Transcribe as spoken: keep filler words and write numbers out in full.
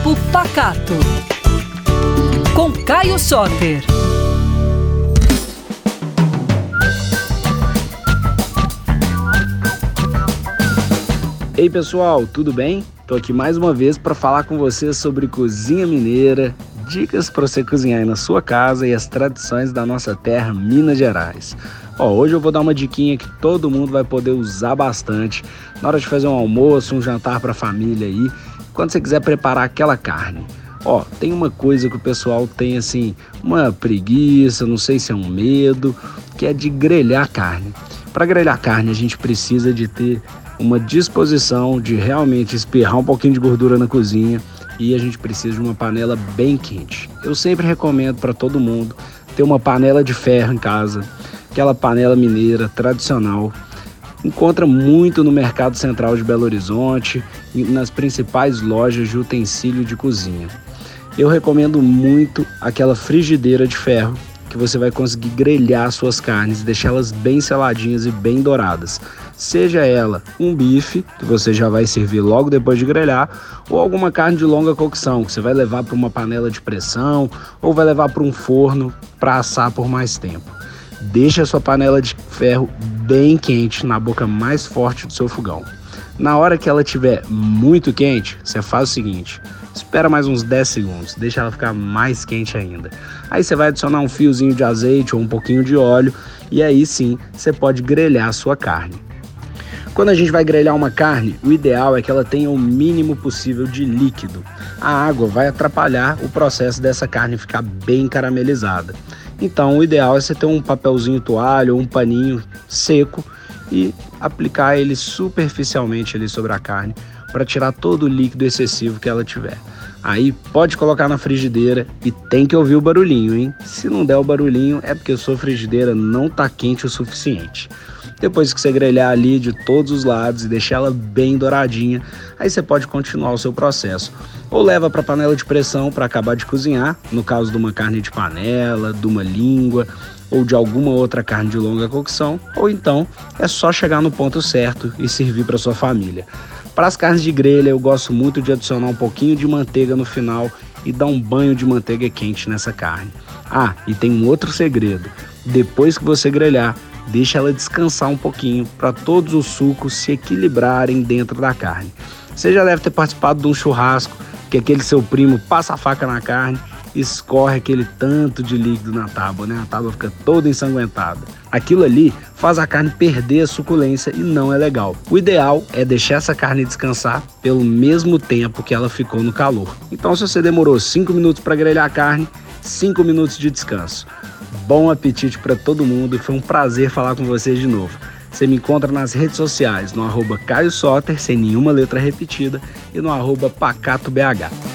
Papo Pacato, com Caio Soter. Ei pessoal, tudo bem? Tô aqui mais uma vez para falar com vocês sobre cozinha mineira, dicas para você cozinhar aí na sua casa e as tradições da nossa terra, Minas Gerais. Ó, hoje eu vou dar uma diquinha que todo mundo vai poder usar bastante na hora de fazer um almoço, um jantar para a família aí, quando você quiser preparar aquela carne. Ó, tem uma coisa que o pessoal tem assim, uma preguiça, não sei se é um medo, que é de grelhar carne. Para grelhar carne a gente precisa de ter uma disposição de realmente espirrar um pouquinho de gordura na cozinha e a gente precisa de uma panela bem quente. Eu sempre recomendo para todo mundo ter uma panela de ferro em casa, aquela panela mineira tradicional. Encontra muito no Mercado Central de Belo Horizonte e nas principais lojas de utensílio de cozinha. Eu recomendo muito aquela frigideira de ferro, que você vai conseguir grelhar suas carnes, deixá-las bem seladinhas e bem douradas. Seja ela um bife, que você já vai servir logo depois de grelhar, ou alguma carne de longa cocção, que você vai levar para uma panela de pressão ou vai levar para um forno para assar por mais tempo. Deixe a sua panela de ferro bem quente na boca mais forte do seu fogão. Na hora que ela estiver muito quente, você faz o seguinte: espera mais uns dez segundos, deixa ela ficar mais quente ainda. Aí você vai adicionar um fiozinho de azeite ou um pouquinho de óleo e aí sim você pode grelhar a sua carne. Quando a gente vai grelhar uma carne, o ideal é que ela tenha o mínimo possível de líquido. A água vai atrapalhar o processo dessa carne ficar bem caramelizada. Então o ideal é você ter um papelzinho toalha ou um paninho seco e aplicar ele superficialmente ali sobre a carne para tirar todo o líquido excessivo que ela tiver. Aí pode colocar na frigideira e tem que ouvir o barulhinho, hein? Se não der o barulhinho é porque a sua frigideira não tá quente o suficiente. Depois que você grelhar ali de todos os lados e deixar ela bem douradinha, aí você pode continuar o seu processo. Ou leva para a panela de pressão para acabar de cozinhar, no caso de uma carne de panela, de uma língua ou de alguma outra carne de longa cocção, ou então é só chegar no ponto certo e servir para sua família. Para as carnes de grelha eu gosto muito de adicionar um pouquinho de manteiga no final e dar um banho de manteiga quente nessa carne. Ah, e tem um outro segredo: depois que você grelhar, deixa ela descansar um pouquinho para todos os sucos se equilibrarem dentro da carne. Você já deve ter participado de um churrasco que aquele seu primo passa a faca na carne e escorre aquele tanto de líquido na tábua, né? A tábua fica toda ensanguentada. Aquilo ali faz a carne perder a suculência e não é legal. O ideal é deixar essa carne descansar pelo mesmo tempo que ela ficou no calor. Então, se você demorou cinco minutos para grelhar a carne, cinco minutos de descanso. Bom apetite para todo mundo e foi um prazer falar com vocês de novo. Você me encontra nas redes sociais no arroba Caio Soter, sem nenhuma letra repetida, e no arroba Pacato B H.